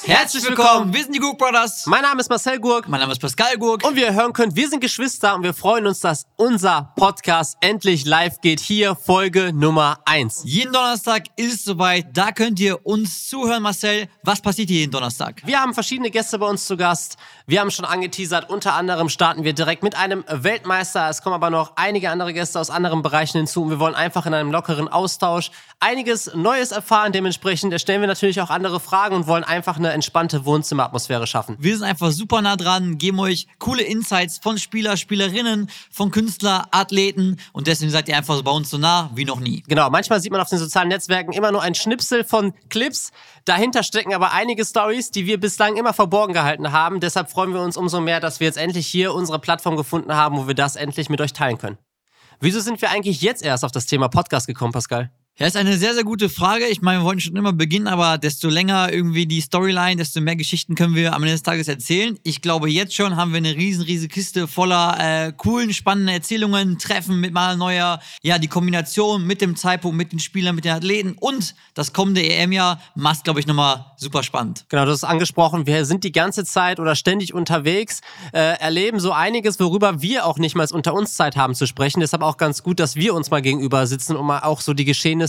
Herzlich willkommen, wir sind die Gurk Brothers. Mein Name ist Marcel Gurk. Mein Name ist Pascal Gurk. Und wie ihr hören könnt, wir sind Geschwister und wir freuen uns, dass unser Podcast endlich live geht. Hier Folge Nummer 1. Jeden Donnerstag ist es soweit, da könnt ihr uns zuhören, Marcel. Was passiert hier jeden Donnerstag? Wir haben verschiedene Gäste bei uns zu Gast. Wir haben schon angeteasert, unter anderem starten wir direkt mit einem Weltmeister. Es kommen aber noch einige andere Gäste aus anderen Bereichen hinzu und wir wollen einfach in einem lockeren Austausch einiges Neues erfahren. Dementsprechend erstellen wir natürlich auch andere Fragen und wollen einfach eine entspannte Wohnzimmeratmosphäre schaffen. Wir sind einfach super nah dran, geben euch coole Insights von Spieler, Spielerinnen, von Künstler, Athleten und deswegen seid ihr einfach bei uns so nah wie noch nie. Genau, manchmal sieht man auf den sozialen Netzwerken immer nur ein Schnipsel von Clips. Dahinter stecken aber einige Stories, die wir bislang immer verborgen gehalten haben. Deshalb freuen wir uns umso mehr, dass wir jetzt endlich hier unsere Plattform gefunden haben, wo wir das endlich mit euch teilen können. Wieso sind wir eigentlich jetzt erst auf das Thema Podcast gekommen, Pascal? Ja, ist eine sehr, sehr gute Frage. Ich meine, wir wollten schon immer beginnen, aber desto länger irgendwie die Storyline, desto mehr Geschichten können wir am Ende des Tages erzählen. Ich glaube, jetzt schon haben wir eine riesige Kiste voller coolen, spannenden Erzählungen, Treffen mit mal neuer, ja, die Kombination mit dem Zeitpunkt, mit den Spielern, mit den Athleten und das kommende EM-Jahr macht, glaube ich, nochmal super spannend. Genau, du hast es angesprochen, wir sind die ganze Zeit oder ständig unterwegs, erleben so einiges, worüber wir auch nicht mal unter uns Zeit haben zu sprechen. Deshalb auch ganz gut, dass wir uns mal gegenüber sitzen, um mal auch so die Geschehnisse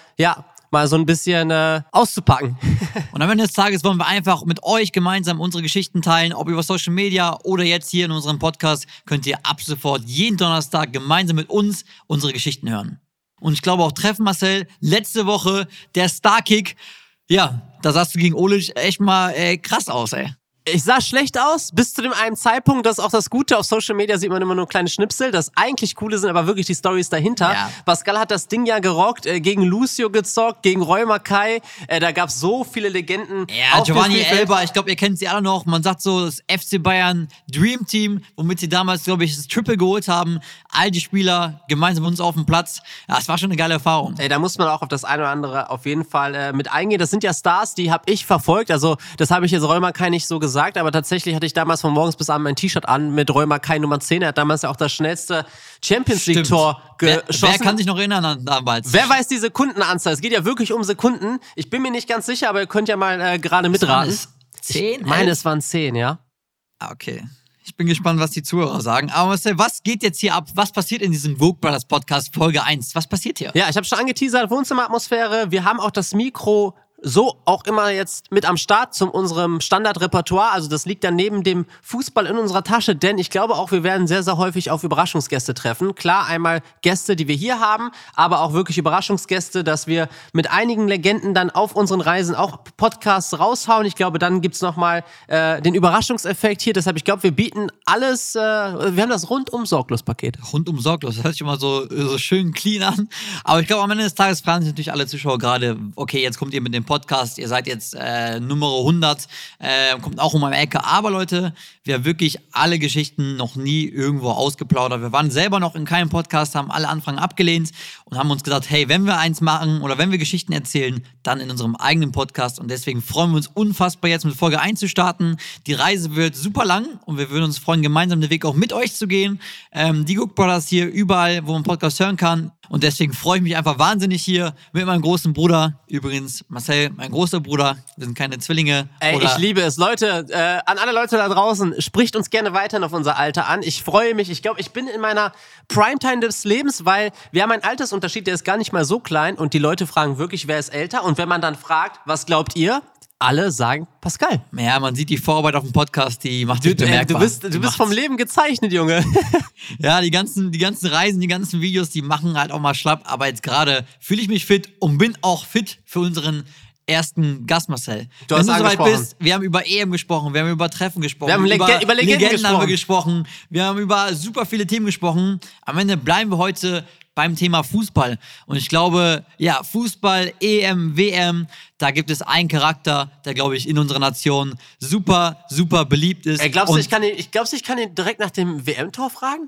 mal so ein bisschen auszupacken. Und am Ende des Tages wollen wir einfach mit euch gemeinsam unsere Geschichten teilen, ob über Social Media oder jetzt hier in unserem Podcast, könnt ihr ab sofort jeden Donnerstag gemeinsam mit uns unsere Geschichten hören. Und ich glaube auch Treffen, Marcel, letzte Woche der Starkick, ja, da sahst du gegen Olic echt mal krass aus, ey. Ich sah schlecht aus, bis zu dem einen Zeitpunkt, das ist auch das Gute, auf Social Media sieht man immer nur kleine Schnipsel, das eigentlich coole sind aber wirklich die Stories dahinter. Ja. Pascal hat das Ding ja gerockt, gegen Lucio gezockt, gegen Roy Mackay, da gab es so viele Legenden. Ja, Giovanni Elber, ich glaube, ihr kennt sie alle noch, man sagt so, das FC Bayern Dream Team, womit sie damals, glaube ich, das Triple geholt haben, all die Spieler gemeinsam mit uns auf dem Platz, ja, es war schon eine geile Erfahrung. Da muss man auch auf das eine oder andere auf jeden Fall mit eingehen, das sind ja Stars, die habe ich verfolgt, also das habe ich jetzt Roy Mackay nicht so gesagt, aber tatsächlich hatte ich damals von morgens bis abends mein T-Shirt an mit Roy Mackay Nummer 10. Er hat damals ja auch das schnellste Champions League-Tor geschossen. Wer kann sich noch erinnern an damals? Wer weiß die Sekundenanzahl? Es geht ja wirklich um Sekunden. Ich bin mir nicht ganz sicher, aber ihr könnt ja mal gerade mitraten. 10? Ich meine, es waren 10, ja. Okay. Ich bin gespannt, was die Zuhörer sagen. Aber Marcel, was geht jetzt hier ab? Was passiert in diesem Gurk Brothers Podcast Folge 1? Was passiert hier? Ja, ich habe schon angeteasert, Wohnzimmeratmosphäre. Wir haben auch das Mikro so auch immer jetzt mit am Start zu unserem Standardrepertoire. Also das liegt dann neben dem Fußball in unserer Tasche, denn ich glaube auch, wir werden sehr, sehr häufig auf Überraschungsgäste treffen. Klar, einmal Gäste, die wir hier haben, aber auch wirklich Überraschungsgäste, dass wir mit einigen Legenden dann auf unseren Reisen auch Podcasts raushauen. Ich glaube, dann gibt's nochmal den Überraschungseffekt hier. Deshalb, ich glaube, wir bieten alles, wir haben das Rundum-Sorglos-Paket. Rundum-Sorglos, das hört sich immer so schön clean an. Aber ich glaube, am Ende des Tages fragen sich natürlich alle Zuschauer gerade, okay, jetzt kommt ihr mit dem Podcast, ihr seid jetzt Nummer 100, kommt auch um eine Ecke. Aber Leute, wir haben wirklich alle Geschichten noch nie irgendwo ausgeplaudert. Wir waren selber noch in keinem Podcast, haben alle Anfragen abgelehnt und haben uns gesagt, hey, wenn wir eins machen oder wenn wir Geschichten erzählen, dann in unserem eigenen Podcast. Und deswegen freuen wir uns unfassbar, jetzt mit Folge 1 zu starten. Die Reise wird super lang und wir würden uns freuen, gemeinsam den Weg auch mit euch zu gehen. Die Gurk Brothers hier überall, wo man Podcast hören kann. Und deswegen freue ich mich einfach wahnsinnig hier mit meinem großen Bruder. Übrigens, Marcel, mein großer Bruder. Wir sind keine Zwillinge. Ey, ich liebe es. Leute, an alle Leute da draußen, spricht uns gerne weiterhin auf unser Alter an. Ich freue mich. Ich glaube, ich bin in meiner Primetime des Lebens, weil wir haben einen Altersunterschied, der ist gar nicht mal so klein. Und die Leute fragen wirklich, wer ist älter? Und wenn man dann fragt, was glaubt ihr? Alle sagen Pascal. Ja, man sieht die Vorarbeit auf dem Podcast, die macht sich bemerkbar. Du bist vom Leben gezeichnet, Junge. Ja, die ganzen Reisen, die ganzen Videos, die machen halt auch mal schlapp. Aber jetzt gerade fühle ich mich fit und bin auch fit für unseren ersten Gast, Marcel. Wenn du soweit bist, wir haben über EM gesprochen, wir haben über Treffen gesprochen. Wir haben über Legenden haben wir gesprochen. Wir haben über super viele Themen gesprochen. Am Ende bleiben wir heute beim Thema Fußball. Und ich glaube, ja, Fußball, EM, WM, da gibt es einen Charakter, der, glaube ich, in unserer Nation super, super beliebt ist. Glaubst du, ich kann ihn direkt nach dem WM-Tor fragen?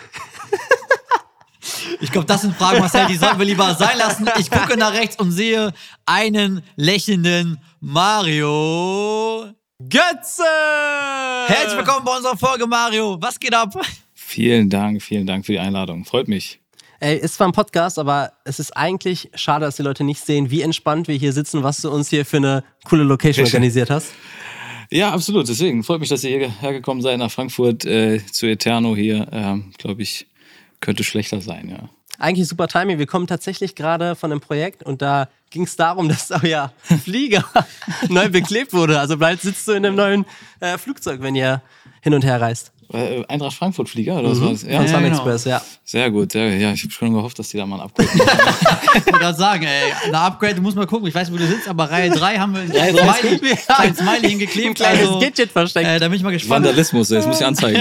Ich glaube, das sind Fragen, Marcel, die sollten wir lieber sein lassen. Ich gucke nach rechts und sehe einen lächelnden Mario Götze! Herzlich willkommen bei unserer Folge, Mario. Was geht ab? Vielen Dank für die Einladung. Freut mich. Ey, ist zwar ein Podcast, aber es ist eigentlich schade, dass die Leute nicht sehen, wie entspannt wir hier sitzen, was du uns hier für eine coole Location organisiert hast. Ja, absolut. Deswegen freut mich, dass ihr hierher gekommen seid nach Frankfurt zu Eterno hier. Glaube ich, könnte schlechter sein, ja. Eigentlich super Timing. Wir kommen tatsächlich gerade von einem Projekt und da ging es darum, dass euer Flieger neu beklebt wurde. Also bald sitzt du in einem neuen Flugzeug, wenn ihr hin und her reist. Eintracht Frankfurt-Flieger oder was war das? Ja, Sun genau. Express, ja. Sehr gut. Ja, ich habe schon gehofft, dass die da mal ein Upgrade machen. Ich wollte gerade sagen, ey, eine Upgrade, du musst mal gucken, ich weiß, wo du sitzt, aber Reihe 3 haben wir ein Smiley hingeklebt. Ein kleines Gadget versteckt. Da bin ich mal gespannt. Vandalismus, das muss ich anzeigen.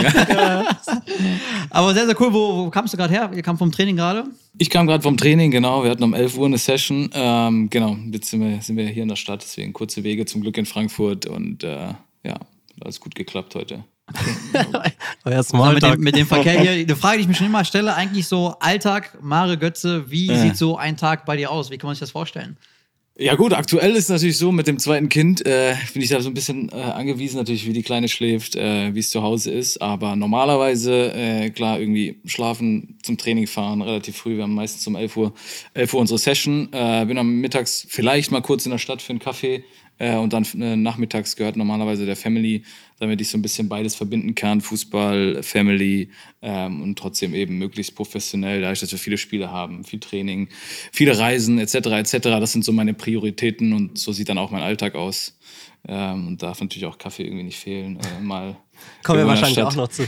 Aber sehr, sehr cool. Wo kamst du gerade her? Ihr kam vom Training gerade? Ich kam gerade vom Training, genau. Wir hatten um 11 Uhr eine Session. Genau, jetzt sind wir hier in der Stadt, deswegen kurze Wege zum Glück in Frankfurt und alles gut geklappt heute. Euer Smalltalk. Mit dem Verkehr hier, eine Frage, die ich mir schon immer stelle, eigentlich so Alltag, Mare Götze, wie sieht so ein Tag bei dir aus? Wie kann man sich das vorstellen? Ja gut, aktuell ist es natürlich so, mit dem zweiten Kind bin ich da so ein bisschen angewiesen, natürlich wie die Kleine schläft, wie es zu Hause ist, aber normalerweise, klar, irgendwie schlafen, zum Training fahren, relativ früh, wir haben meistens um 11 Uhr unsere Session, bin am Mittags vielleicht mal kurz in der Stadt für einen Kaffee und dann nachmittags gehört normalerweise der Family, damit ich so ein bisschen beides verbinden kann, Fußball, Family und trotzdem eben möglichst professionell, dadurch, dass wir viele Spiele haben, viel Training, viele Reisen etc. Das sind so meine Prioritäten und so sieht dann auch mein Alltag aus. Und darf natürlich auch Kaffee irgendwie nicht fehlen. Kommen wir wahrscheinlich auch noch zu.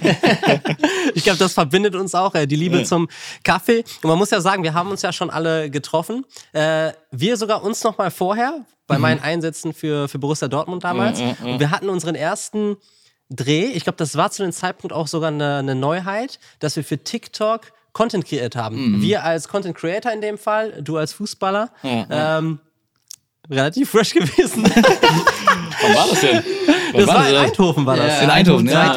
Ich glaube, das verbindet uns auch, die Liebe zum Kaffee. Und man muss ja sagen, wir haben uns ja schon alle getroffen. Wir sogar uns noch mal vorher, bei meinen Einsätzen für Borussia Dortmund damals. Und wir hatten unseren ersten Dreh. Ich glaube, das war zu dem Zeitpunkt auch sogar eine Neuheit, dass wir für TikTok Content kreiert haben. Wir als Content Creator in dem Fall, du als Fußballer. Relativ fresh gewesen. Wann war das denn? Das war in Eindhoven, war das. In Eindhoven, ja.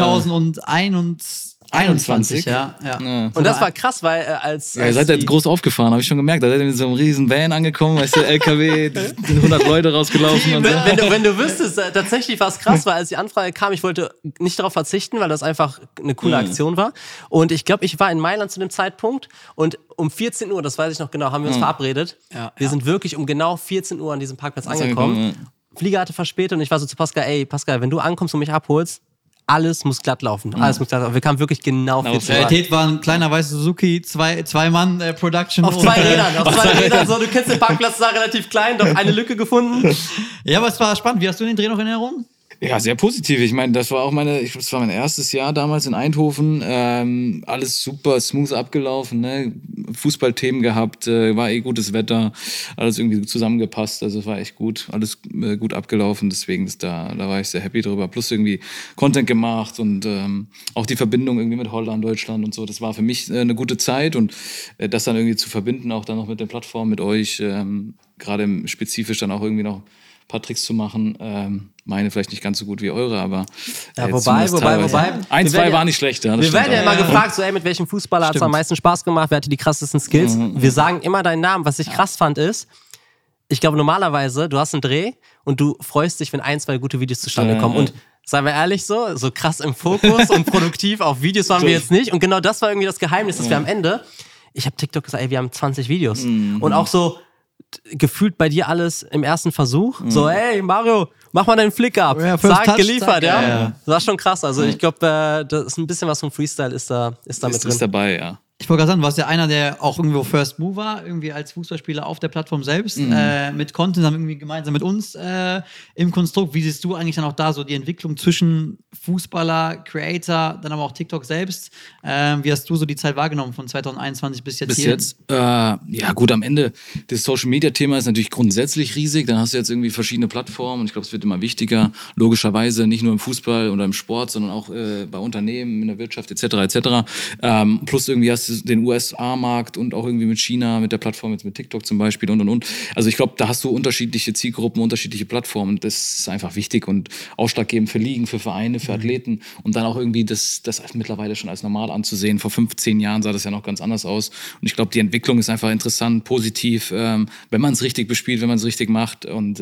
2021, ja. Und das war krass, weil ihr seid jetzt groß aufgefahren, habe ich schon gemerkt. Da seid ihr mit so einem riesen Van angekommen, weißt du, LKW, 100 Leute rausgelaufen und so. Wenn du wüsstest, tatsächlich war es krass, weil als die Anfrage kam, ich wollte nicht darauf verzichten, weil das einfach eine coole Aktion war. Und ich glaube, ich war in Mailand zu dem Zeitpunkt und um 14 Uhr, das weiß ich noch genau, haben wir uns verabredet. Wir sind wirklich um genau 14 Uhr an diesem Parkplatz angekommen. Flieger hatte verspätet und ich war so zu Pascal, ey, Pascal, wenn du ankommst und mich abholst, alles muss glatt laufen. Alles muss glatt laufen. Wir kamen wirklich genau 14 Uhr. Realität war ein kleiner weißer Suzuki, zwei Mann Production. Auf zwei Rädern. So, du kennst den Parkplatz da relativ klein, doch eine Lücke gefunden. Ja, aber es war spannend. Wie hast du den Dreh noch in Erinnerung? Ja, sehr positiv. Ich meine, das war auch mein erstes Jahr damals in Eindhoven. Alles super smooth abgelaufen, ne? Fußballthemen gehabt, war gutes Wetter, alles irgendwie zusammengepasst. Also es war echt gut, alles gut abgelaufen. Deswegen da war ich sehr happy drüber. Plus irgendwie Content gemacht und auch die Verbindung irgendwie mit Holland, Deutschland und so. Das war für mich eine gute Zeit und das dann irgendwie zu verbinden, auch dann noch mit der Plattform, mit euch, gerade spezifisch dann auch irgendwie noch ein paar Tricks zu machen. Meine vielleicht nicht ganz so gut wie eure, aber wobei. Ein, zwei war nicht schlecht. Ja, wir werden ja immer gefragt, so mit welchem Fußballer hat es am meisten Spaß gemacht, wer hatte die krassesten Skills. Wir sagen immer deinen Namen. Was ich krass fand ist, ich glaube normalerweise, du hast einen Dreh und du freust dich, wenn 1, 2 gute Videos zustande kommen. Und seien wir ehrlich so krass im Fokus und produktiv auf Videos waren wir jetzt nicht. Und genau das war irgendwie das Geheimnis, dass wir am Ende, ich habe TikTok gesagt, ey, wir haben 20 Videos. Und auch so gefühlt bei dir alles im ersten Versuch. So, ey, Mario, mach mal deinen Flick ab. Ja, Sag, geliefert, ja. Das war schon krass. Also ich glaube, das ist ein bisschen was vom Freestyle ist da mit drin. Ist dabei, ja. Ich wollte gerade sagen, du warst ja einer, der auch irgendwo First Mover, irgendwie als Fußballspieler auf der Plattform selbst, mit Content, haben irgendwie gemeinsam mit uns im Konstrukt. Wie siehst du eigentlich dann auch da so die Entwicklung zwischen Fußballer, Creator, dann aber auch TikTok selbst? Wie hast du so die Zeit wahrgenommen von 2021 bis jetzt? Ja gut, am Ende, das Social-Media-Thema ist natürlich grundsätzlich riesig. Dann hast du jetzt irgendwie verschiedene Plattformen und ich glaube, es wird immer wichtiger, logischerweise nicht nur im Fußball oder im Sport, sondern auch bei Unternehmen, in der Wirtschaft etc. Plus irgendwie hast du den USA-Markt und auch irgendwie mit China, mit der Plattform, jetzt mit TikTok zum Beispiel und. Also ich glaube, da hast du unterschiedliche Zielgruppen, unterschiedliche Plattformen. Das ist einfach wichtig und ausschlaggebend für Ligen, für Vereine, für Athleten und dann auch irgendwie das mittlerweile schon als normal anzusehen. Vor 15 Jahren sah das ja noch ganz anders aus und ich glaube, die Entwicklung ist einfach interessant, positiv, wenn man es richtig bespielt, wenn man es richtig macht und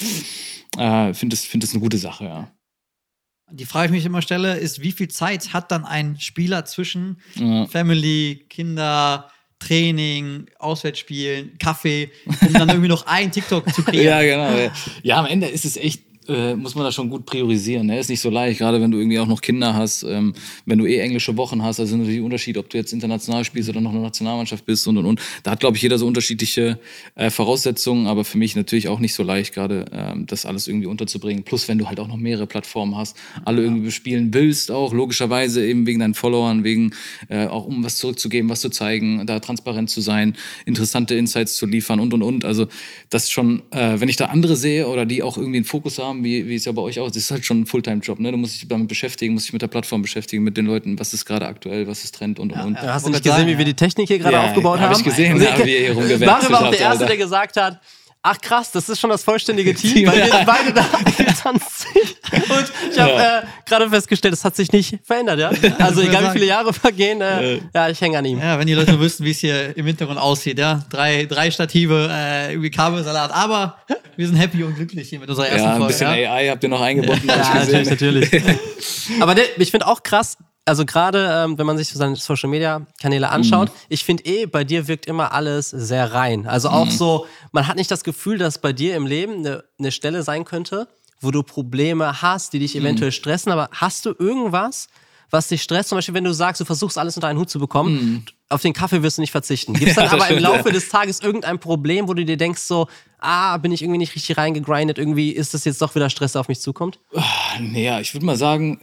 finde es eine gute Sache, ja. Die Frage, die ich mich immer stelle, ist, wie viel Zeit hat dann ein Spieler zwischen Family, Kinder, Training, Auswärtsspielen, Kaffee, um dann irgendwie noch einen TikTok zu kreieren. Ja, genau. Ja, am Ende ist es echt, muss man das schon gut priorisieren. Ne? Ist nicht so leicht, gerade wenn du irgendwie auch noch Kinder hast, wenn du englische Wochen hast, also natürlich ein Unterschied, ob du jetzt international spielst oder noch eine Nationalmannschaft bist und. Da hat, glaube ich, jeder so unterschiedliche Voraussetzungen, aber für mich natürlich auch nicht so leicht, gerade das alles irgendwie unterzubringen. Plus, wenn du halt auch noch mehrere Plattformen hast, alle irgendwie bespielen willst, auch logischerweise eben wegen deinen Followern, wegen auch um was zurückzugeben, was zu zeigen, da transparent zu sein, interessante Insights zu liefern und. Also das ist schon, wenn ich da andere sehe oder die auch irgendwie einen Fokus haben, wie es ja bei euch auch ist, das ist halt schon ein Fulltime-Job, ne? Du musst dich damit beschäftigen, musst dich mit der Plattform beschäftigen, mit den Leuten, was ist gerade aktuell, was ist Trend und. Hast du nicht gesehen, wie wir die Technik hier gerade aufgebaut haben? Hab ich gesehen, wie ihr hier rumgewerkelt habt. Mario war auch der Erste, der gesagt hat, ach krass, das ist schon das vollständige Team, weil wir beide da getanzt sind. Und ich habe gerade festgestellt, das hat sich nicht verändert, ja. Also egal wie viele Jahre vergehen, ich hänge an ihm. Ja, wenn die Leute wüssten, wie es hier im Hintergrund aussieht, ja. Drei Stative, irgendwie Kabelsalat, aber wir sind happy und glücklich hier mit unserer ersten Folge. Ein bisschen AI habt ihr noch eingebunden, Ja, natürlich. Aber ich finde auch krass, also gerade, wenn man sich so seine Social-Media-Kanäle anschaut, ich finde bei dir wirkt immer alles sehr rein. Also auch so, man hat nicht das Gefühl, dass bei dir im Leben eine Stelle sein könnte, wo du Probleme hast, die dich eventuell stressen, aber hast du irgendwas, was dich stresst? Zum Beispiel, wenn du sagst, du versuchst alles unter einen Hut zu bekommen, auf den Kaffee wirst du nicht verzichten. Gibt es dann aber im Laufe des Tages irgendein Problem, wo du dir denkst so, bin ich irgendwie nicht richtig reingegrindet, irgendwie ist das jetzt doch wieder Stress, der auf mich zukommt? Naja, ich würde mal sagen,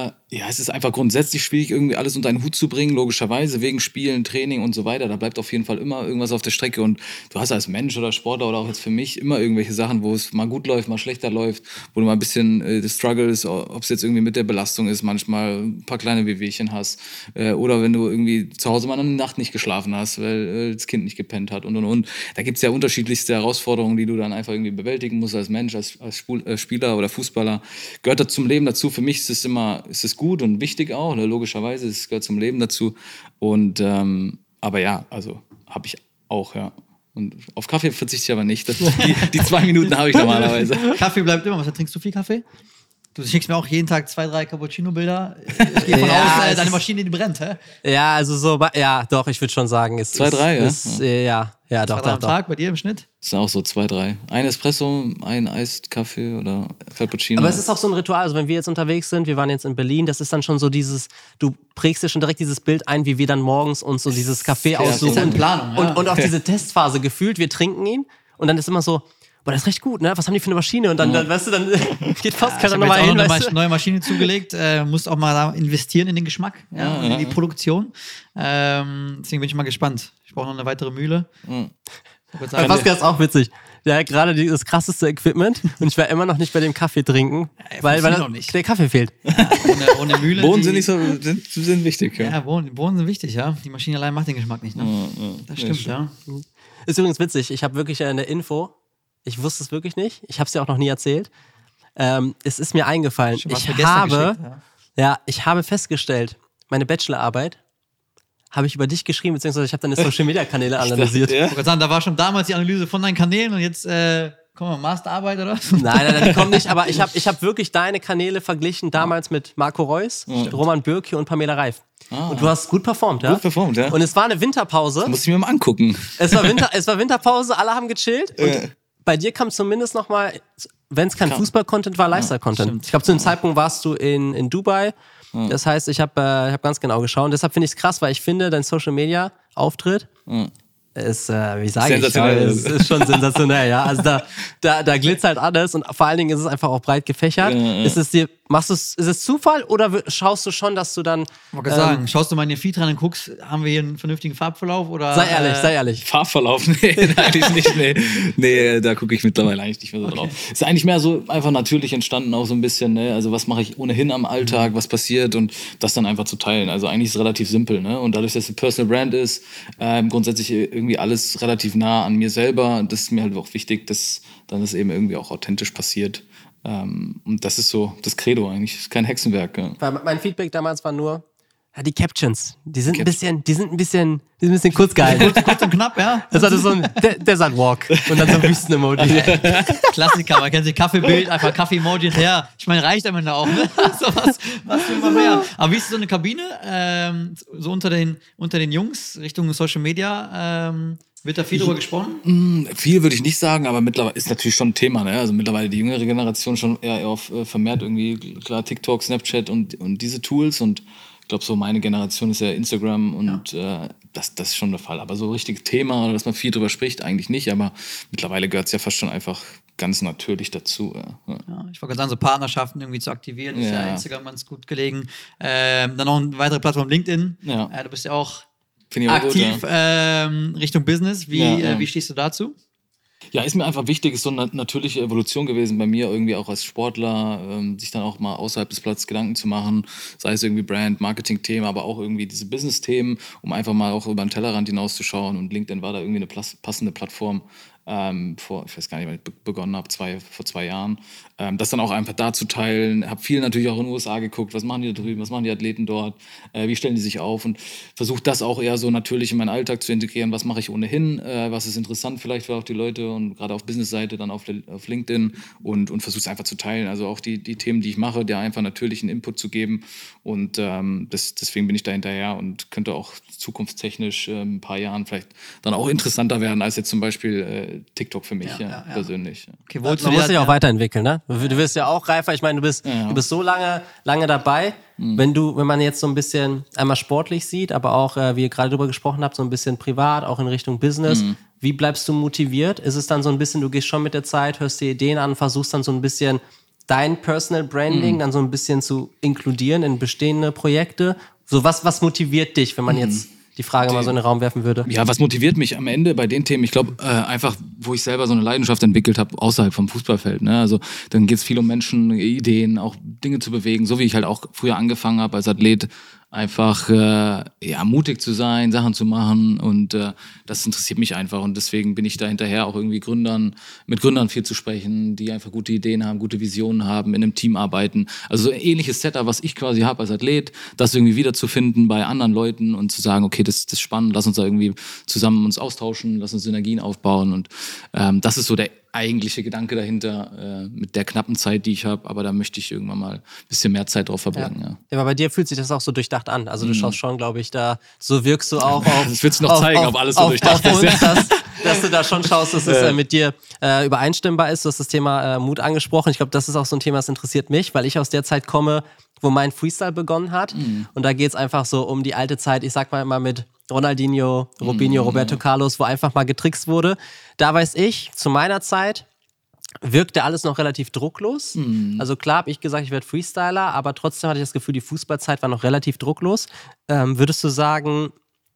es ist einfach grundsätzlich schwierig, irgendwie alles unter einen Hut zu bringen, logischerweise, wegen Spielen, Training und so weiter. Da bleibt auf jeden Fall immer irgendwas auf der Strecke und du hast als Mensch oder Sportler oder auch jetzt für mich immer irgendwelche Sachen, wo es mal gut läuft, mal schlechter läuft, wo du mal ein bisschen struggles, ob es jetzt irgendwie mit der Belastung ist, manchmal ein paar kleine Wehwehchen hast oder wenn du irgendwie zu Hause mal eine Nacht nicht geschlafen hast, weil das Kind nicht gepennt hat und. Da gibt's ja unterschiedlichste Herausforderungen, die du dann einfach irgendwie bewältigen musst als Mensch, als Spieler oder Fußballer. Gehört das zum Leben dazu. Für mich ist es gut und wichtig auch, ne? Logischerweise, es gehört zum Leben dazu. Und aber ja, also habe ich auch, ja. Und auf Kaffee verzichte ich aber nicht. Die 2 Minuten habe ich normalerweise. Kaffee bleibt immer. Was trinkst du viel Kaffee? Du schickst mir auch jeden Tag 2, 3 Cappuccino-Bilder. Ich gehe von aus, deine Maschine, die brennt, hä? Ja, also doch, ich würde schon sagen, es 2, 3, ja, doch. 2, 3 am Tag bei dir im Schnitt? Das sind auch so 2, 3. Ein Espresso, ein Eiskaffee oder Cappuccino. Aber es ist auch so ein Ritual, also wenn wir jetzt unterwegs sind, wir waren jetzt in Berlin, das ist dann schon so du prägst dir schon direkt dieses Bild ein, wie wir dann morgens uns so dieses Kaffee aussuchen. Das ist in Planung, ja. Und auch diese Testphase gefühlt, wir trinken ihn und dann ist immer so, boah, das ist recht gut, ne? Was haben die für eine Maschine? Und dann weißt du, dann geht fast keiner nochmal hin. Ich habe eine neue Maschine zugelegt, musst auch mal da investieren in den Geschmack, in die Produktion. Deswegen bin ich mal gespannt. Ich brauche noch eine weitere Mühle. Bei Pascal ist auch witzig. Der hat gerade das krasseste Equipment und ich war immer noch nicht bei dem Kaffee trinken, weil der Kaffee fehlt. Ja, ohne Mühle. Bohnen sind wichtig, ja. Ja, Bohnen sind wichtig, ja. Die Maschine allein macht den Geschmack nicht, ne? Das stimmt, ja. Ist übrigens witzig. Ich habe wirklich eine Info. Ich wusste es wirklich nicht. Ich habe es dir auch noch nie erzählt. Es ist mir eingefallen. Ich habe festgestellt, meine Bachelorarbeit habe ich über dich geschrieben, beziehungsweise ich habe deine Social-Media-Kanäle analysiert. Ich wollte sagen, da war schon damals die Analyse von deinen Kanälen und jetzt Masterarbeit oder was? Nein, die kommen nicht. Aber ich hab wirklich deine Kanäle verglichen damals mit Marco Reus, Roman Bürki und Pamela Reif. Und du hast gut performt, ja? Gut performt, ja. Und es war eine Winterpause. Das muss ich mir mal angucken. Es war Winterpause, alle haben gechillt und bei dir kam zumindest nochmal, wenn es kein Fußball-Content war, Lifestyle-Content. Ich glaube, zu dem Zeitpunkt warst du in Dubai. Das heißt, ich hab ganz genau geschaut. Und deshalb finde ich es krass, weil ich finde, dein Social-Media-Auftritt ist, wie sage ich, ist schon sensationell, ja. Also da glitzert alles und vor allen Dingen ist es einfach auch breit gefächert. Ist es Zufall oder schaust du schon, dass du dann... Ich wollte sagen, schaust du mal in den Feed rein und guckst, haben wir hier einen vernünftigen Farbverlauf? Oder, sei ehrlich. Farbverlauf? Nee, eigentlich nicht. Nee, da gucke ich mittlerweile eigentlich nicht mehr so drauf. Ist eigentlich mehr so einfach natürlich entstanden auch so ein bisschen, ne? Also was mache ich ohnehin am Alltag, was passiert und das dann einfach zu teilen. Also eigentlich ist es relativ simpel, ne? Und dadurch, dass es eine Personal Brand ist, grundsätzlich irgendwie alles relativ nah an mir selber, das ist mir halt auch wichtig, dass dann das eben irgendwie auch authentisch passiert. Und das ist so das Credo eigentlich, das ist kein Hexenwerk. Ja. Weil mein Feedback damals war nur, Die Captions, die sind ein bisschen kurz gehalten. Kurz und knapp, ja. Das hatte so ein Desert Walk und dann so ein Wüsten-Emoji. Klassiker, man kennt sich Kaffeebild, einfach Kaffee-Emoji hinterher. Ich meine, reicht am Ende auch, ne? So was für immer mehr. Aber wie ist so eine Kabine? So unter den Jungs, Richtung Social Media, wird da viel drüber gesprochen? Viel würde ich nicht sagen, aber mittlerweile ist natürlich schon ein Thema. Ne? Also mittlerweile die jüngere Generation schon eher auf vermehrt irgendwie, klar, TikTok, Snapchat und diese Tools. Und ich glaube, so meine Generation ist ja Instagram und das ist schon der Fall. Aber so ein richtiges Thema oder dass man viel drüber spricht, eigentlich nicht. Aber mittlerweile gehört es ja fast schon einfach ganz natürlich dazu. Ja, ich wollte gerade sagen, so Partnerschaften irgendwie zu aktivieren, ist ja Instagram ganz gut gelegen. Dann noch eine weitere Plattform, LinkedIn. Ja. Du bist ja auch aktiv gut, Richtung Business. Wie stehst du dazu? Ja, ist mir einfach wichtig, ist so eine natürliche Evolution gewesen bei mir, irgendwie auch als Sportler, sich dann auch mal außerhalb des Platzes Gedanken zu machen, sei es irgendwie Brand, Marketing-Themen, aber auch irgendwie diese Business-Themen, um einfach mal auch über den Tellerrand hinauszuschauen, und LinkedIn war da irgendwie eine passende Plattform, ich weiß gar nicht, wann ich begonnen habe, vor 2 Jahren, das dann auch einfach da zu teilen. Habe viel natürlich auch in den USA geguckt, was machen die da drüben, was machen die Athleten dort, wie stellen die sich auf, und versuche das auch eher so natürlich in meinen Alltag zu integrieren, was mache ich ohnehin, was ist interessant vielleicht für auch die Leute, und gerade auf Business-Seite dann auf LinkedIn, und versuche es einfach zu teilen, also auch die Themen, die ich mache, der einfach natürlichen Input zu geben, und deswegen bin ich da hinterher und könnte auch zukunftstechnisch ein paar Jahren vielleicht dann auch interessanter werden als jetzt zum Beispiel TikTok für mich persönlich. Okay, du musst dich auch weiterentwickeln, ne? Du wirst ja auch reifer. Ich meine, du bist so lange dabei. Wenn man jetzt so ein bisschen einmal sportlich sieht, aber auch, wie ihr gerade drüber gesprochen habt, so ein bisschen privat, auch in Richtung Business. Wie bleibst du motiviert? Ist es dann so ein bisschen, du gehst schon mit der Zeit, hörst dir Ideen an, versuchst dann so ein bisschen dein Personal Branding dann so ein bisschen zu inkludieren in bestehende Projekte? So was motiviert dich, wenn man jetzt die Frage mal so in den Raum werfen würde? Ja, was motiviert mich am Ende bei den Themen? Ich glaube, einfach, wo ich selber so eine Leidenschaft entwickelt habe, außerhalb vom Fußballfeld. Ne? Also dann geht es viel um Menschen, Ideen, auch Dinge zu bewegen, so wie ich halt auch früher angefangen habe als Athlet, einfach mutig zu sein, Sachen zu machen, und das interessiert mich einfach, und deswegen bin ich da hinterher auch irgendwie mit Gründern viel zu sprechen, die einfach gute Ideen haben, gute Visionen haben, in einem Team arbeiten. Also so ein ähnliches Setup, was ich quasi habe als Athlet, das irgendwie wiederzufinden bei anderen Leuten und zu sagen, okay, das ist spannend, lass uns da irgendwie zusammen uns austauschen, lass uns Synergien aufbauen, und das ist so der eigentliche Gedanke dahinter, mit der knappen Zeit, die ich habe, aber da möchte ich irgendwann mal ein bisschen mehr Zeit drauf verbringen. Ja, aber bei dir fühlt sich das auch so durchdacht an. Also du schaust schon, glaube ich, so wirkst du auch auf... Das willst du noch zeigen, ob alles so durchdacht ist. Dass du da schon schaust, dass es mit dir übereinstimmbar ist. Du hast das Thema Mut angesprochen. Ich glaube, das ist auch so ein Thema, das interessiert mich, weil ich aus der Zeit komme, wo mein Freestyle begonnen hat. Und da geht es einfach so um die alte Zeit, ich sag mal immer mit Ronaldinho, Robinho, Roberto Carlos, wo einfach mal getrickst wurde. Da weiß ich, zu meiner Zeit wirkte alles noch relativ drucklos. Also klar habe ich gesagt, ich werde Freestyler, aber trotzdem hatte ich das Gefühl, die Fußballzeit war noch relativ drucklos. Würdest du sagen,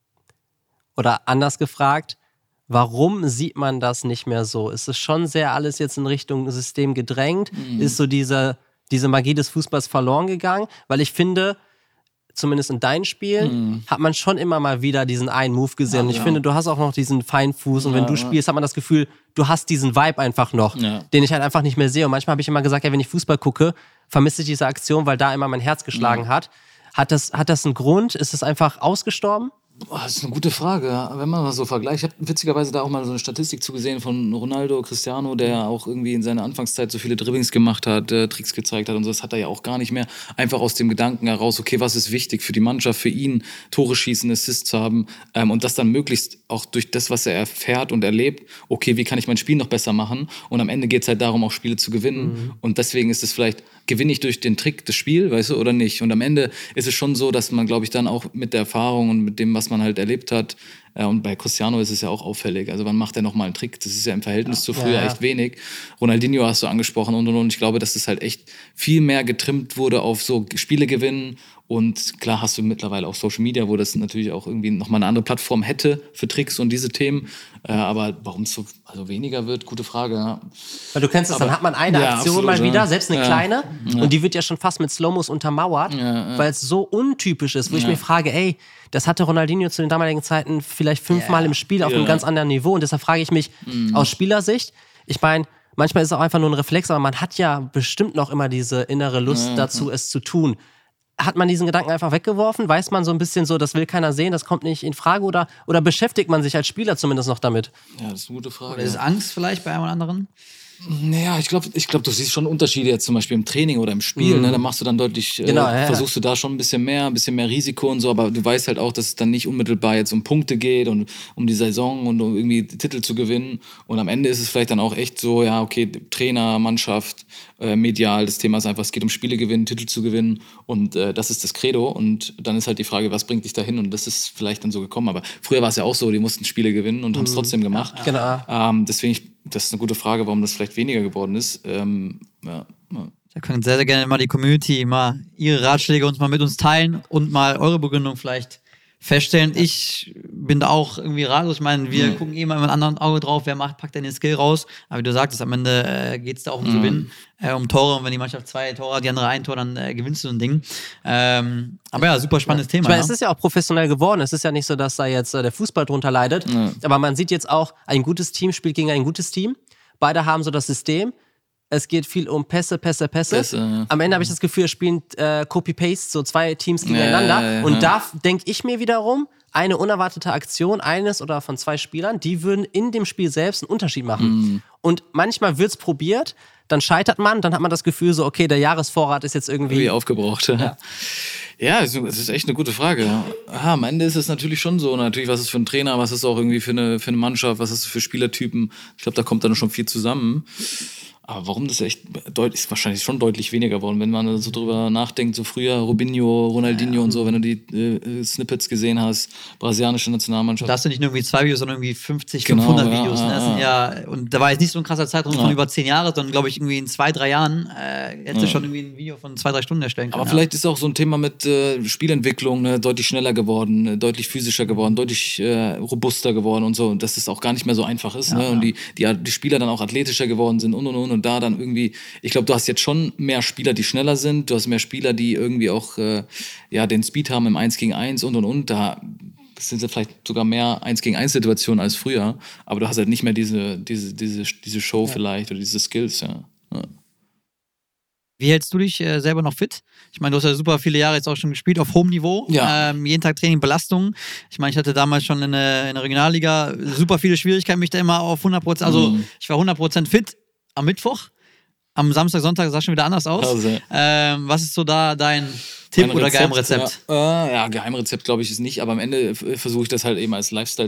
oder anders gefragt, warum sieht man das nicht mehr so? Ist es schon sehr alles jetzt in Richtung System gedrängt? Ist so diese Magie des Fußballs verloren gegangen? Weil ich finde, zumindest in deinen Spielen, hat man schon immer mal wieder diesen einen Move gesehen. Und ich finde, du hast auch noch diesen Feinfuß. Und wenn du spielst, hat man das Gefühl, du hast diesen Vibe einfach noch, den ich halt einfach nicht mehr sehe. Und manchmal habe ich immer gesagt, ja, wenn ich Fußball gucke, vermisse ich diese Aktion, weil da immer mein Herz geschlagen hat. Hat das einen Grund? Ist es einfach ausgestorben? Das ist eine gute Frage, wenn man mal so vergleicht. Ich habe witzigerweise da auch mal so eine Statistik zugesehen von Ronaldo, Cristiano, der ja auch irgendwie in seiner Anfangszeit so viele Dribblings gemacht hat, Tricks gezeigt hat und so. Das hat er ja auch gar nicht mehr. Einfach aus dem Gedanken heraus, okay, was ist wichtig für die Mannschaft, für ihn, Tore schießen, Assists zu haben, und das dann möglichst auch durch das, was er erfährt und erlebt, okay, wie kann ich mein Spiel noch besser machen? Und am Ende geht es halt darum, auch Spiele zu gewinnen. Und deswegen ist es vielleicht, gewinne ich durch den Trick das Spiel, weißt du, oder nicht? Und am Ende ist es schon so, dass man, glaube ich, dann auch mit der Erfahrung und mit dem, was man halt erlebt hat, und bei Cristiano ist es ja auch auffällig. Also wann macht er nochmal einen Trick? Das ist ja im Verhältnis zu früher echt wenig. Ronaldinho hast du angesprochen und. Ich glaube, dass das halt echt viel mehr getrimmt wurde auf so Spiele gewinnen. Und klar hast du mittlerweile auch Social Media, wo das natürlich auch irgendwie nochmal eine andere Plattform hätte für Tricks und diese Themen. Aber warum es so weniger wird, gute Frage. Ja. Weil du kennst es, dann hat man eine Aktion absolut, mal wieder, selbst eine kleine, und die wird ja schon fast mit Slow-Mos untermauert, weil es so untypisch ist, wo ich mir frage, ey, das hatte Ronaldinho zu den damaligen Zeiten vielleicht 5-mal im Spiel auf einem ganz anderen Niveau. Und deshalb frage ich mich aus Spielersicht, ich meine, manchmal ist es auch einfach nur ein Reflex, aber man hat ja bestimmt noch immer diese innere Lust dazu, es zu tun. hat man diesen Gedanken einfach weggeworfen? Weiß man so ein bisschen so, das will keiner sehen, das kommt nicht in Frage? Oder beschäftigt man sich als Spieler zumindest noch damit? Ja, das ist eine gute Frage. Oder ist Angst vielleicht bei einem oder anderen? Naja, ich glaub, du siehst schon Unterschiede jetzt zum Beispiel im Training oder im Spiel. Ne? Da machst du dann deutlich, versuchst du da schon ein bisschen mehr Risiko und so, aber du weißt halt auch, dass es dann nicht unmittelbar jetzt um Punkte geht und um die Saison und um irgendwie Titel zu gewinnen. Und am Ende ist es vielleicht dann auch echt so, ja, okay, Trainer, Mannschaft, medial, das Thema ist einfach, es geht um Spiele gewinnen, Titel zu gewinnen und das ist das Credo. Und dann ist halt die Frage, was bringt dich dahin? Und das ist vielleicht dann so gekommen. Aber früher war es ja auch so, die mussten Spiele gewinnen und haben es trotzdem gemacht. Ja, genau. Deswegen, das ist eine gute Frage, warum das vielleicht weniger geworden ist. Da können sehr, sehr gerne mal die Community mal ihre Ratschläge uns mal mit uns teilen und mal eure Begründung vielleicht feststellen. Ich bin da auch irgendwie ratlos. Ich meine, wir gucken mal mit einem anderen Auge drauf, wer packt denn den Skill raus. Aber wie du sagtest, am Ende geht es da auch um Gewinnen, um Tore. Und wenn die Mannschaft 2 Tore hat, die andere 1 Tor, dann gewinnst du ein Ding. Aber ja, super spannendes Thema. Ich meine, es ist ja auch professionell geworden. Es ist ja nicht so, dass da jetzt der Fußball drunter leidet. Ja. Aber man sieht jetzt auch, ein gutes Team spielt gegen ein gutes Team. Beide haben so das System. Es geht viel um Pässe. Am Ende habe ich das Gefühl, es spielen Copy-Paste, so 2 Teams gegeneinander. Ja. Und da denke ich mir wiederum, eine unerwartete Aktion eines oder von 2 Spielern, die würden in dem Spiel selbst einen Unterschied machen. Und manchmal wird es probiert, dann scheitert man, dann hat man das Gefühl so, okay, der Jahresvorrat ist jetzt irgendwie aufgebraucht. Ja, es ist echt eine gute Frage. Am Ende ist es natürlich schon so. Natürlich, was ist für ein Trainer, was ist auch irgendwie für eine Mannschaft, was ist für Spielertypen. Ich glaube, da kommt dann schon viel zusammen. Aber warum das echt ist wahrscheinlich schon deutlich weniger geworden, wenn man so drüber nachdenkt, so früher Robinho, Ronaldinho und so, wenn du die Snippets gesehen hast, brasilianische Nationalmannschaft. Da hast du nicht nur irgendwie 2 Videos, sondern irgendwie 50, 500 Videos. Ne? Und da war jetzt nicht so ein krasser Zeitraum von über 10 Jahre, sondern glaube ich irgendwie in 2, 3 Jahren hättest du schon irgendwie ein Video von 2, 3 Stunden erstellen können. Aber vielleicht ist auch so ein Thema mit Spielentwicklung, ne, deutlich schneller geworden, deutlich physischer geworden, deutlich robuster geworden und so. Und dass es auch gar nicht mehr so einfach ist. Ne? Und die Spieler dann auch athletischer geworden sind und da dann irgendwie, ich glaube, du hast jetzt schon mehr Spieler, die schneller sind, du hast mehr Spieler, die irgendwie auch den Speed haben im 1 gegen 1 und. Da sind ja vielleicht sogar mehr 1 gegen 1 Situationen als früher, aber du hast halt nicht mehr diese Show vielleicht oder diese Skills, ja. Wie hältst du dich selber noch fit? Ich meine, du hast ja super viele Jahre jetzt auch schon gespielt auf hohem Niveau. Ja. Jeden Tag Training, Belastung. Ich meine, ich hatte damals schon in der Regionalliga super viele Schwierigkeiten, mich da immer auf 100%, also ich war 100% fit am Mittwoch. Am Samstag, Sonntag sah schon wieder anders aus. Also. Was ist so da dein Tipp oder Geheimrezept? Geheimrezept glaube ich ist nicht, aber am Ende versuche ich das halt eben als Lifestyle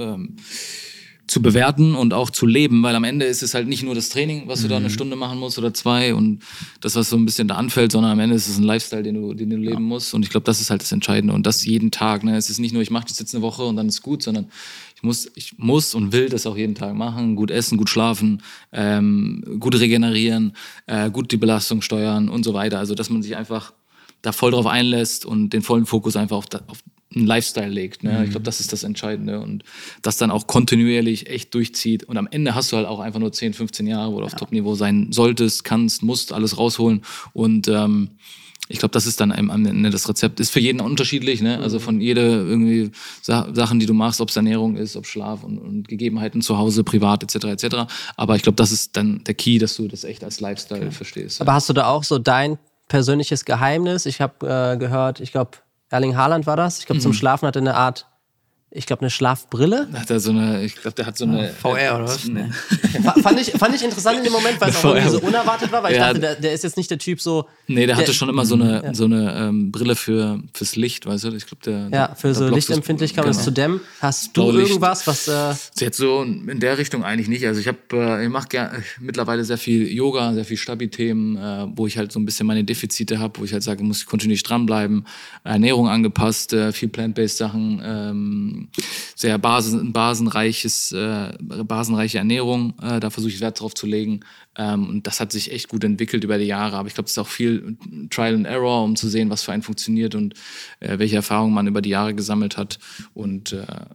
zu bewerten und auch zu leben, weil am Ende ist es halt nicht nur das Training, was du da 1 Stunde machen musst oder 2 und das, was so ein bisschen da anfällt, sondern am Ende ist es ein Lifestyle, den du leben musst und ich glaube, das ist halt das Entscheidende und das jeden Tag. Ne? Es ist nicht nur, ich mache das jetzt eine Woche und dann ist gut, sondern ich muss und will das auch jeden Tag machen, gut essen, gut schlafen, gut regenerieren, gut die Belastung steuern und so weiter. Also, dass man sich einfach da voll drauf einlässt und den vollen Fokus einfach auf einen Lifestyle legt. Ne? Ich glaube, das ist das Entscheidende und das dann auch kontinuierlich echt durchzieht. Und am Ende hast du halt auch einfach nur 10, 15 Jahre, wo du auf Top-Niveau sein solltest, kannst, musst, alles rausholen und ich glaube, das ist dann am Ende das Rezept. Ist für jeden unterschiedlich, ne? Also von jeder irgendwie Sachen, die du machst, ob es Ernährung ist, ob Schlaf und Gegebenheiten zu Hause, privat etc. Aber ich glaube, das ist dann der Key, dass du das echt als Lifestyle verstehst. Aber hast du da auch so dein persönliches Geheimnis? Ich habe gehört, ich glaube, Erling Haaland war das. Ich glaube, zum Schlafen hat er eine Art, eine Schlafbrille. Hat er ich glaube, der hat so eine VR oder was? Ne. Fand ich interessant in dem Moment, weil es auch irgendwie so unerwartet war, weil ich dachte, der ist jetzt nicht der Typ so. Nee, der hatte schon immer so eine Brille fürs Licht, weißt du? Ich glaube, für so Lichtempfindlichkeit und das zu dämmen. Hast du irgendwas, was. Jetzt so in der Richtung eigentlich nicht. Also ich mache mittlerweile sehr viel Yoga, sehr viel Stabi-Themen, wo ich halt so ein bisschen meine Defizite habe, wo ich halt sage, muss ich kontinuierlich dranbleiben. Ernährung angepasst, viel Plant-Based Sachen, sehr basenreiche Ernährung, da versuche ich Wert drauf zu legen und das hat sich echt gut entwickelt über die Jahre, aber ich glaube, es ist auch viel Trial and Error, um zu sehen, was für einen funktioniert und welche Erfahrungen man über die Jahre gesammelt hat und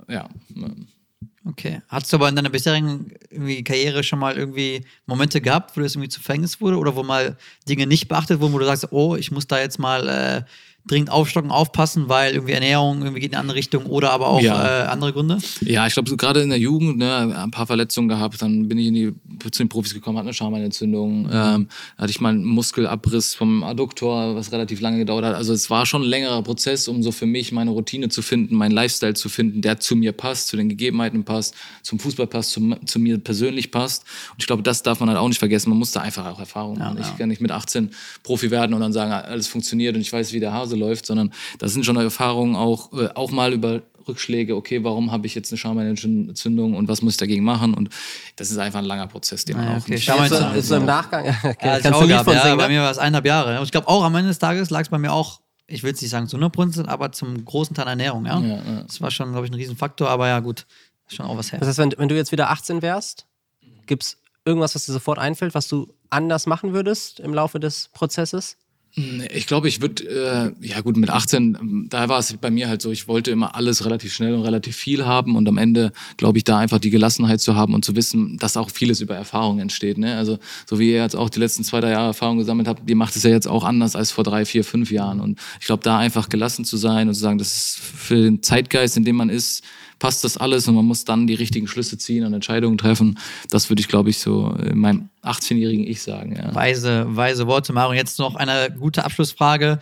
Okay. Hast du aber in deiner bisherigen Karriere schon mal irgendwie Momente gehabt, wo das irgendwie zu Verhängnis wurde oder wo mal Dinge nicht beachtet wurden, wo du sagst, oh, ich muss da jetzt mal dringend aufstocken, aufpassen, weil irgendwie Ernährung irgendwie geht in eine andere Richtung oder aber auch andere Gründe? Ja, ich glaube, so gerade in der Jugend, ne, ein paar Verletzungen gehabt, dann bin ich zu den Profis gekommen, hatte eine Schambeinentzündung, hatte ich mal einen Muskelabriss vom Adduktor, was relativ lange gedauert hat. Also es war schon ein längerer Prozess, um so für mich meine Routine zu finden, meinen Lifestyle zu finden, der zu mir passt, zu den Gegebenheiten passt, zum Fußball passt, zu mir persönlich passt. Und ich glaube, das darf man halt auch nicht vergessen. Man muss da einfach auch Erfahrung machen. Ich kann nicht mit 18 Profi werden und dann sagen, alles funktioniert und ich weiß, wie der Hase läuft, sondern das sind schon Erfahrungen auch mal über Rückschläge, okay, warum habe ich jetzt eine Schambeinentzündung und was muss ich dagegen machen? Und das ist einfach ein langer Prozess, den man auch nicht... Ist so im Nachgang... Kannst du ein Lied von singen? Bei mir war es 1,5 Jahre. Und ich glaube auch am Ende des Tages lag es bei mir auch, ich will es nicht sagen zu 100%, aber zum großen Teil Ernährung, ja. Das war schon, glaube ich, ein Riesenfaktor, aber ja gut, ist schon auch was her. Das heißt, wenn du jetzt wieder 18 wärst, gibt es irgendwas, was dir sofort einfällt, was du anders machen würdest im Laufe des Prozesses? Ich glaube, ich würde, mit 18, da war es bei mir halt so, ich wollte immer alles relativ schnell und relativ viel haben und am Ende, glaube ich, da einfach die Gelassenheit zu haben und zu wissen, dass auch vieles über Erfahrung entsteht. Ne? Also so wie ihr jetzt auch die letzten 2-3 Jahre Erfahrung gesammelt habt, ihr macht es ja jetzt auch anders als vor 3, 4, 5 Jahren und ich glaube, da einfach gelassen zu sein und zu sagen, das ist für den Zeitgeist, in dem man ist, passt das alles und man muss dann die richtigen Schlüsse ziehen und Entscheidungen treffen. Das würde ich, glaube ich, so meinem 18-jährigen Ich sagen. Ja. Weise Worte, Mario. Jetzt noch eine gute Abschlussfrage.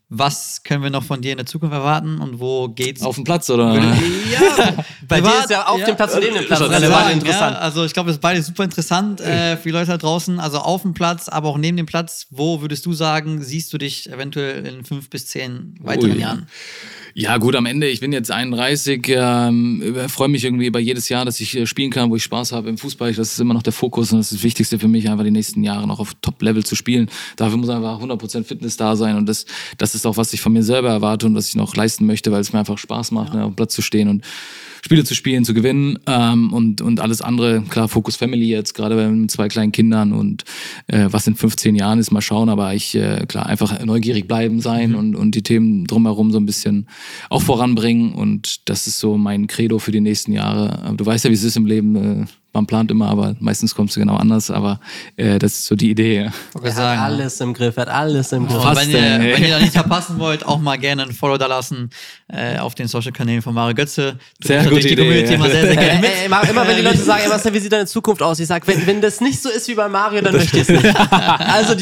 Was können wir noch von dir in der Zukunft erwarten und wo geht's? Auf dem Platz, oder? Ja, bei dir ist ja auf dem Platz und neben dem Platz relevant interessant. Ja, also ich glaube, das ist beides super interessant für die Leute da draußen. Also auf dem Platz, aber auch neben dem Platz. Wo würdest du sagen, siehst du dich eventuell in 5 bis 10 weiteren Jahren? Ja gut, am Ende, ich bin jetzt 31, freue mich irgendwie über jedes Jahr, dass ich spielen kann, wo ich Spaß habe im Fußball. Das ist immer noch der Fokus und das ist das Wichtigste für mich, einfach die nächsten Jahre noch auf Top-Level zu spielen. Dafür muss einfach 100% Fitness da sein und das ist auch, was ich von mir selber erwarte und was ich noch leisten möchte, weil es mir einfach Spaß macht, auf dem Platz zu stehen und Spiele zu spielen, zu gewinnen und alles andere, klar, Focus Family jetzt, gerade mit 2 kleinen Kindern und was in 15 Jahren ist, mal schauen, aber klar, einfach neugierig bleiben sein und die Themen drumherum so ein bisschen auch voranbringen und das ist so mein Credo für die nächsten Jahre. Aber du weißt ja, wie es ist im Leben, man plant immer, aber meistens kommt es genau anders, aber das ist so die Idee. Er hat alles im Griff, Und wenn ihr da nichts verpassen wollt, auch mal gerne ein Follow da lassen auf den Social-Kanälen von Mario Götze. Sehr gute Idee. Thema sehr, sehr gerne mit. Immer wenn die Leute sagen, Marcel, wie sieht deine Zukunft aus? Ich sage, wenn das nicht so ist wie bei Mario, dann möchte ich es nicht. Also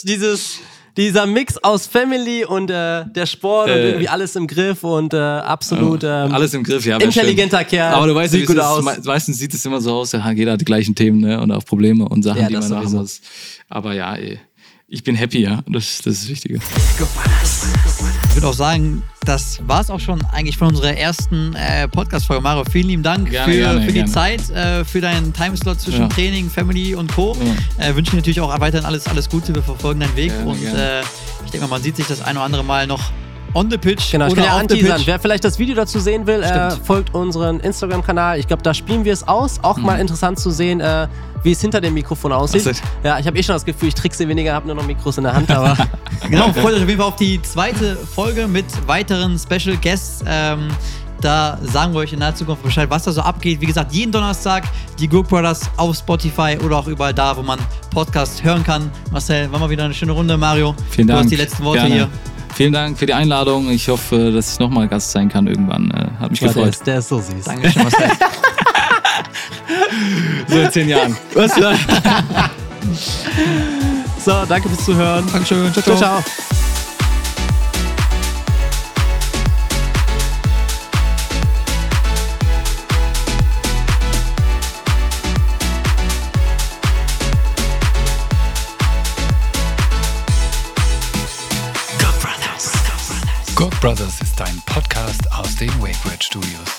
dieser Mix aus Family und der Sport und irgendwie alles im Griff und absolut alles im Griff, ja. Intelligenter Kerl. Aber du weißt, sieht gut aus. Meistens sieht es immer so aus, ja, jeder hat die gleichen Themen, ne? Und auch Probleme und Sachen, die man machen muss. Aber ja, ich bin happy, ja. Das ist das Wichtige. Ich würde auch sagen, das war es auch schon eigentlich von unserer ersten Podcast-Folge. Mario, vielen lieben Dank für die Zeit, für deinen Timeslot zwischen Training, Family und Co. Wünsche dir natürlich auch weiterhin alles Gute. Wir verfolgen deinen Weg und ich denke mal, man sieht sich das ein oder andere Mal noch on the pitch. Genau, ich oder kann ja off the anteasern. pitch. Wer vielleicht das Video dazu sehen will, folgt unseren Instagram-Kanal. Ich glaube, da spielen wir es aus. Auch mal interessant zu sehen, wie es hinter dem Mikrofon aussieht. Ja, ich habe schon das Gefühl, ich trickse weniger, habe nur noch Mikros in der Hand. Aber genau, freut euch auf jeden Fall auf die zweite Folge mit weiteren Special Guests. Da sagen wir euch in naher Zukunft Bescheid, was da so abgeht. Wie gesagt, jeden Donnerstag die Gook Brothers auf Spotify oder auch überall da, wo man Podcasts hören kann. Marcel, war mal wieder eine schöne Runde. Mario, vielen Dank. Du hast die letzten Worte hier. Vielen Dank für die Einladung. Ich hoffe, dass ich nochmal Gast sein kann irgendwann. Hat mich gefreut. Der ist so süß. Dankeschön, Marcel. So in 10 Jahren. Was? So, danke fürs Zuhören. Dankeschön. Ciao, ciao. Gook Brothers ist ein Podcast aus den WakeWord Studios.